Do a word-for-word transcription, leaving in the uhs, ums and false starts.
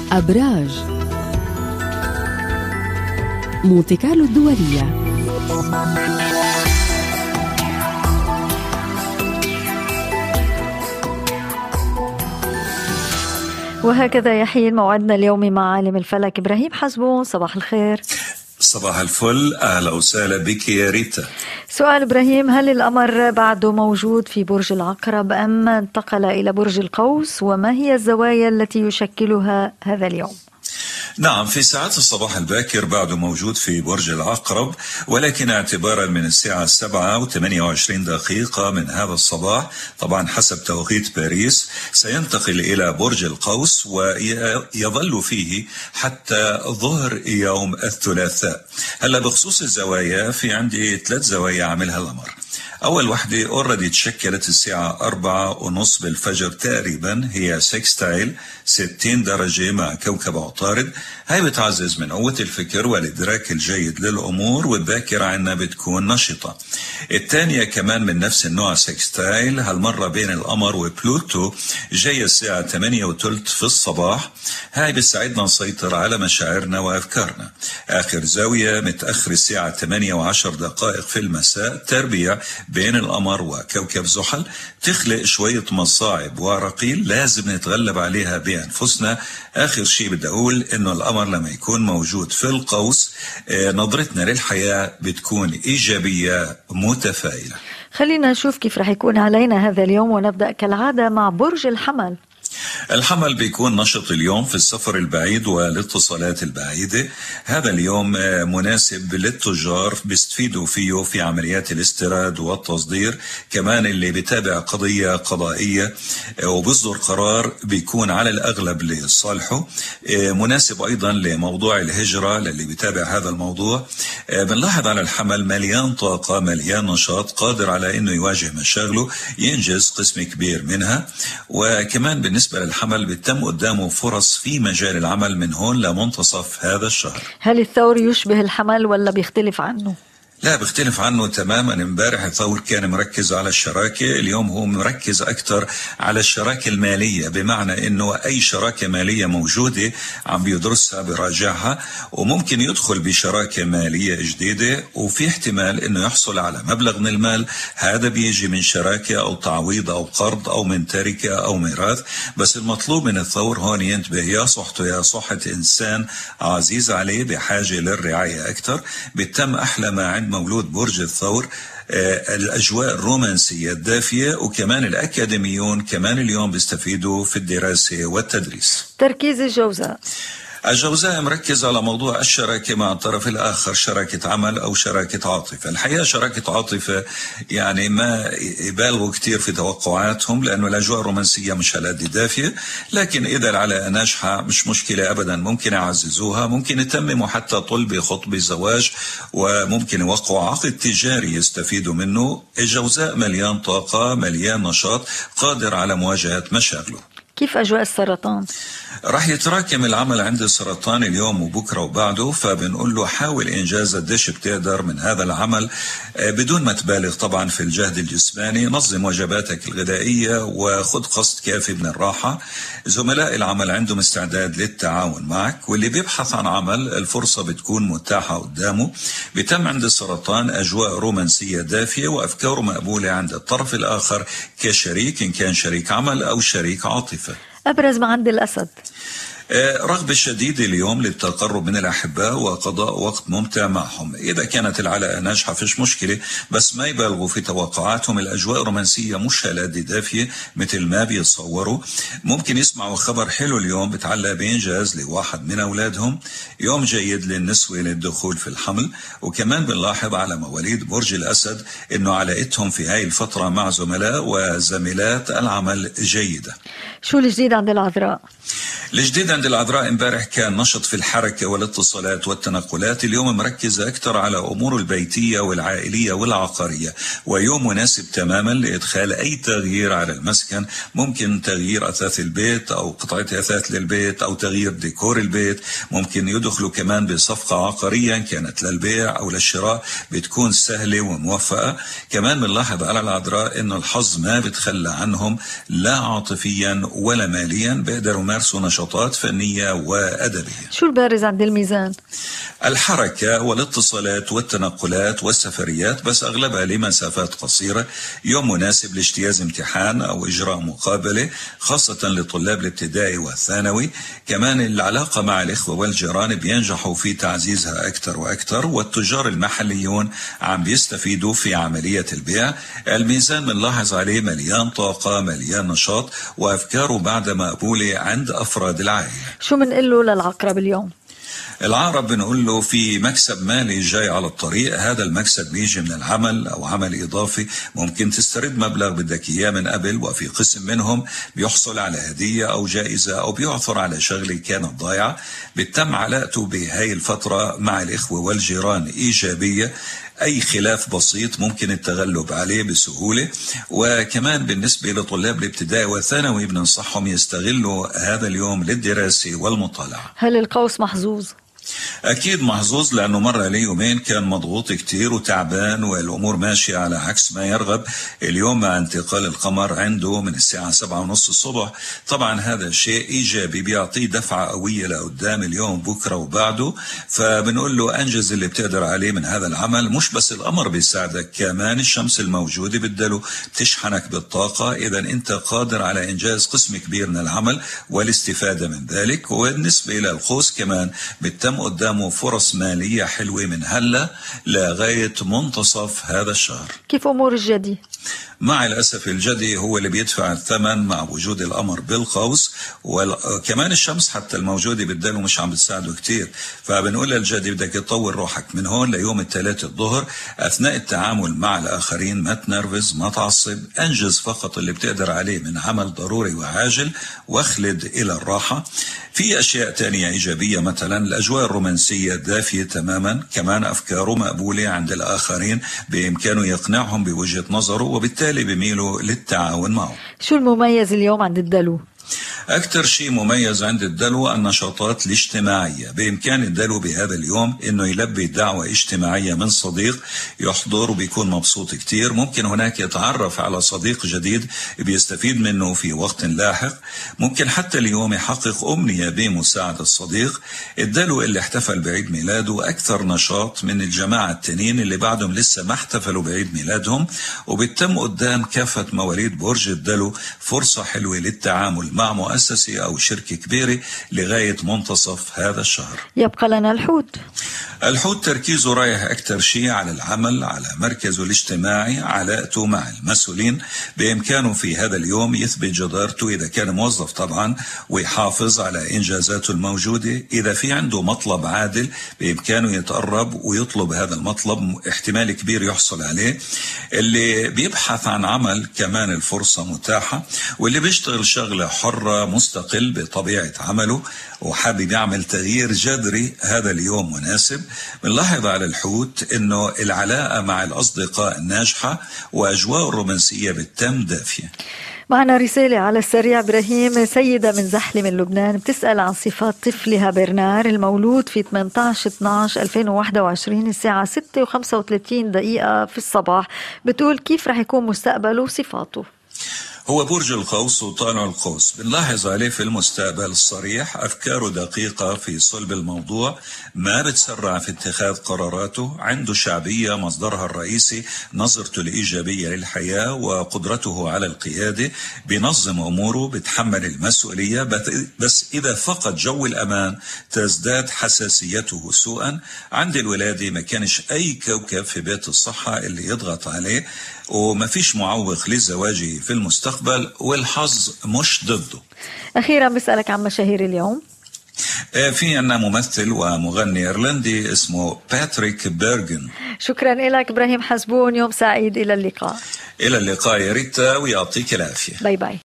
أبراج مونتي كارلو الدولية. وهكذا يحين موعدنا اليومي مع عالم الفلك إبراهيم حسبون. صباح الخير. صباح الفل، أهلا وسهلا بك يا ريتا. سؤال إبراهيم، هل القمر بعده موجود في برج العقرب أم انتقل إلى برج القوس؟ وما هي الزوايا التي يشكلها هذا اليوم؟ نعم، في ساعات الصباح الباكر بعده موجود في برج العقرب، ولكن اعتبارا من الساعة السابعة وثمانية وعشرين دقيقة من هذا الصباح طبعا حسب توقيت باريس سينتقل إلى برج القوس ويظل فيه حتى ظهر يوم الثلاثاء. هلا بخصوص الزوايا، في عندي ثلاث زوايا عملها القمر. أول وحدة أوريدي تشكلت الساعة أربعة ونص بالفجر تقريبا، هي سكستايل ستين درجة مع كوكب عطارد. هاي بتعزز من قوة الفكر والإدراك الجيد للأمور، والذاكرة عنا بتكون نشطة. الثانية كمان من نفس النوع سكستايل، هالمرة بين القمر وبلوتو، جاية الساعة ثمانية وثلث في الصباح. هاي بتساعدنا نسيطر على مشاعرنا وأفكارنا. آخر زاوية متأخر الساعة ثمانية وعشر دقائق في المساء، تربيع بين القمر وكوكب زحل، تخلق شوية مصاعب وعراقيل لازم نتغلب عليها بأنفسنا. آخر شيء بدي أقول إنه القمر لما يكون موجود في القوس نظرتنا للحياة بتكون إيجابية متفائلة. خلينا نشوف كيف رح يكون علينا هذا اليوم، ونبدأ كالعادة مع برج الحمل. الحمل بيكون نشط اليوم في السفر البعيد والاتصالات البعيدة. هذا اليوم مناسب للتجار، بيستفيدوا فيه في عمليات الاستيراد والتصدير. كمان اللي بيتابع قضية قضائية وبيصدر قرار بيكون على الأغلب لصالحه. مناسب أيضا لموضوع الهجرة للي بيتابع هذا الموضوع. بنلاحظ على الحمل مليان طاقة، مليان نشاط، قادر على أنه يواجه مشاغله، ينجز قسم كبير منها. وكمان بالنسبة للحمل بيتم قدامه فرص في مجال العمل من هون لمنتصف هذا الشهر. هل الثور يشبه الحمل ولا بيختلف عنه؟ لا، بيختلف عنه تماما. امبارح الثور كان مركز على الشراكة، اليوم هو مركز أكثر على الشراكة المالية، بمعنى أنه أي شراكة مالية موجودة عم بيدرسها براجعها، وممكن يدخل بشراكة مالية جديدة، وفي احتمال أنه يحصل على مبلغ من المال. هذا بيجي من شراكة أو تعويض أو قرض أو من تركة أو ميراث. بس المطلوب من الثور هون ينتبه، يا صحته يا صحة إنسان عزيز عليه بحاجة للرعاية أكثر. بيتم أحلى ما عند مولود برج الثور آه الأجواء الرومانسية الدافية، وكمان الأكاديميون كمان اليوم بيستفيدوا في الدراسة والتدريس. تركيز الجوزاء. الجوزاء مركز على موضوع الشراكة مع الطرف الآخر، شراكة عمل أو شراكة عاطفة. الحقيقة شراكة عاطفة يعني ما يبالغوا كتير في توقعاتهم، لأنه الأجواء الرومانسية مش هالقد دافية، لكن إذا العلاقة ناجحة مش مشكلة أبدا، ممكن يعززوها، ممكن يتمموا حتى طلب خطبة زواج، وممكن يوقعوا عقد تجاري يستفيدوا منه. الجوزاء مليان طاقة، مليان نشاط، قادر على مواجهة مشاغله. كيف أجواء السرطان؟ راح يتراكم العمل عند السرطان اليوم وبكرة وبعده، فبنقول له حاول إنجاز قديش بتقدر من هذا العمل بدون ما تبالغ طبعا في الجهد الجسماني. نظم وجباتك الغذائية وخذ قسط كافي من الراحة. زملاء العمل عندهم استعداد للتعاون معك، واللي بيبحث عن عمل الفرصة بتكون متاحة قدامه. بيتم عند السرطان أجواء رومانسية دافية، وأفكاره مقبولة عند الطرف الآخر كشريك، إن كان شريك عمل أو شريك عاطفة. أبرز ما عند الأسد. رغبة شديدة اليوم للتقرب من الأحباء وقضاء وقت ممتع معهم. إذا كانت العلاقة ناجحة فيش مشكلة، بس ما يبالغوا في توقعاتهم. الأجواء الرومانسية مش هالقد دافية مثل ما بيتصوروا. ممكن يسمعوا خبر حلو اليوم بتعلق بإنجاز لواحد من أولادهم. يوم جيد للنسوة للدخول في الحمل. وكمان بنلاحظ على مواليد برج الأسد إنه علاقتهم في هاي الفترة مع زملاء وزميلات العمل جيدة. شو الجديد عند العذراء؟ الجديد عند العذراء امبارح كان نشط في الحركة والاتصالات والتنقلات. اليوم مركز أكثر على أمور البيتية والعائلية والعقارية، ويوم مناسب تماما لإدخال أي تغيير على المسكن. ممكن تغيير أثاث البيت أو قطعة أثاث للبيت أو تغيير ديكور البيت. ممكن يدخلوا كمان بصفقة عقارية كانت للبيع أو للشراء، بتكون سهلة وموفقة. كمان بنلاحظ على العذراء إنه الحظ ما بتخلى عنهم لا عاطفيا ولا ماليا، بيقدروا يمارسوا نشاط نشاطات فنية وأدبية. شو البارز عند الميزان؟ الحركة والاتصالات والتنقلات والسفريات، بس أغلبها لمسافات قصيرة. يوم مناسب لاجتياز امتحان أو إجراء مقابلة، خاصة لطلاب الابتدائي والثانوي. كمان العلاقة مع الإخوة والجيران بينجحوا في تعزيزها أكثر وأكثر، والتجار المحليون عم بيستفيدوا في عملية البيع. الميزان بنلاحظ عليه مليان طاقة، مليان نشاط، وأفكاره بعد مقبولة عند أفراد العائلة. شو منقله للعقرب اليوم؟ العقرب بنقول له في مكسب مالي جاي على الطريق. هذا المكسب بيجي من العمل أو عمل إضافي، ممكن تسترد مبلغ بدك إياه من قبل، وفي قسم منهم بيحصل على هدية أو جائزة أو بيعثر على شغلة كانت ضايعة. بتم علاقته بهاي الفترة مع الإخوة والجيران إيجابية. أي خلاف بسيط ممكن التغلب عليه بسهولة. وكمان بالنسبة لطلاب الابتدائي والثانوي بننصحهم يستغلوا هذا اليوم للدراسة والمطالعة. هل القوس محظوظ؟ أكيد محظوظ، لأنه مر عليه يومين كان مضغوط كتير وتعبان والأمور ماشية على عكس ما يرغب. اليوم مع انتقال القمر عنده من الساعة سبعة ونص الصبح، طبعا هذا شيء إيجابي بيعطيه دفعة قوية لقدام اليوم بكرة وبعده. فبنقول له أنجز اللي بتقدر عليه من هذا العمل. مش بس القمر بيساعدك، كمان الشمس الموجودة بالدلو بتشحنك بالطاقة. إذا أنت قادر على إنجاز قسم كبير من العمل والاستفادة من ذلك. وبالنسبة إلى القوس كمان بتم قدامه فرص مالية حلوة من هلا لغاية منتصف هذا الشهر. كيف أمور الجدي؟ مع الأسف الجدي هو اللي بيدفع الثمن مع وجود القمر بالقوس، وكمان الشمس حتى الموجودة بالدلو مش عم بتساعده كتير. فبنقول للجدي بدك تطور روحك من هون ليوم الثلاث الظهر. أثناء التعامل مع الآخرين ما تنرفز، ما تعصب، أنجز فقط اللي بتقدر عليه من عمل ضروري وعاجل، واخلد إلى الراحة. في أشياء تانية إيجابية، مثلا الأجواء الرومانسية دافية تماما. كمان أفكاره مقبولة عند الآخرين، بإمكانه يقنعهم بوجهة نظره، وبالتالي بيميلوا للتعاون معه. شو المميز اليوم عند الدلو؟ أكثر شيء مميز عند الدلو النشاطات الاجتماعية. بإمكان الدلو بهذا اليوم إنه يلبي دعوة اجتماعية من صديق يحضر وبيكون مبسوط كتير. ممكن هناك يتعرف على صديق جديد بيستفيد منه في وقت لاحق. ممكن حتى اليوم يحقق أمنية بمساعدة الصديق. الدلو اللي احتفل بعيد ميلاده أكثر نشاط من الجماعة التانيين اللي بعدهم لسه ما احتفلوا بعيد ميلادهم. وبتم قدام كافة مواليد برج الدلو فرصة حلوة للتعامل مع مؤسسة أو شركة كبيرة لغاية منتصف هذا الشهر. يبقى لنا الحوت. الحوت تركيزه رايح أكثر شيء على العمل، على مركزه الاجتماعي، علاقته مع المسؤولين. بإمكانه في هذا اليوم يثبت جدارته إذا كان موظف طبعا، ويحافظ على إنجازاته الموجودة. إذا في عنده مطلب عادل بإمكانه يتقرب ويطلب هذا المطلب، احتمال كبير يحصل عليه. اللي بيبحث عن عمل كمان الفرصة متاحة، واللي بيشتغل شغلة حرة مستقل بطبيعة عمله وحابب يعمل تغيير جذري، هذا اليوم مناسب. بنلاحظ على الحوت انه العلاقة مع الاصدقاء ناجحة، واجواء الرومانسية بالتم دافية. معنا رسالة على السريع إبراهيم. سيدة من زحلة من لبنان بتسأل عن صفات طفلها برنار المولود في ثمانية عشر اثناشر ألفين وواحد وعشرين الساعة ستة وخمسة وثلاثين دقيقة في الصباح. بتقول كيف رح يكون مستقبله وصفاته. هو برج القوس وطالع القوس. بنلاحظ عليه في المستقبل الصريح، أفكاره دقيقة في صلب الموضوع، ما بتسرع في اتخاذ قراراته، عنده شعبية مصدرها الرئيسي نظرته الإيجابية للحياة وقدرته على القيادة. بينظم أموره، بتحمل المسؤولية، بس إذا فقد جو الأمان تزداد حساسيته سوءا. عند الولادة ما كانش أي كوكب في بيت الصحة اللي يضغط عليه، وما فيش معوق لزواجه في المستقبل، والحظ مش ضده. أخيرا بسألك عن مشاهير اليوم. في عنا ممثل ومغني إيرلندي اسمه باتريك بيرغن. شكرا لك إبراهيم حسبون، يوم سعيد. إلى اللقاء. إلى اللقاء يا ريتا، ويعطيك العافية. باي باي.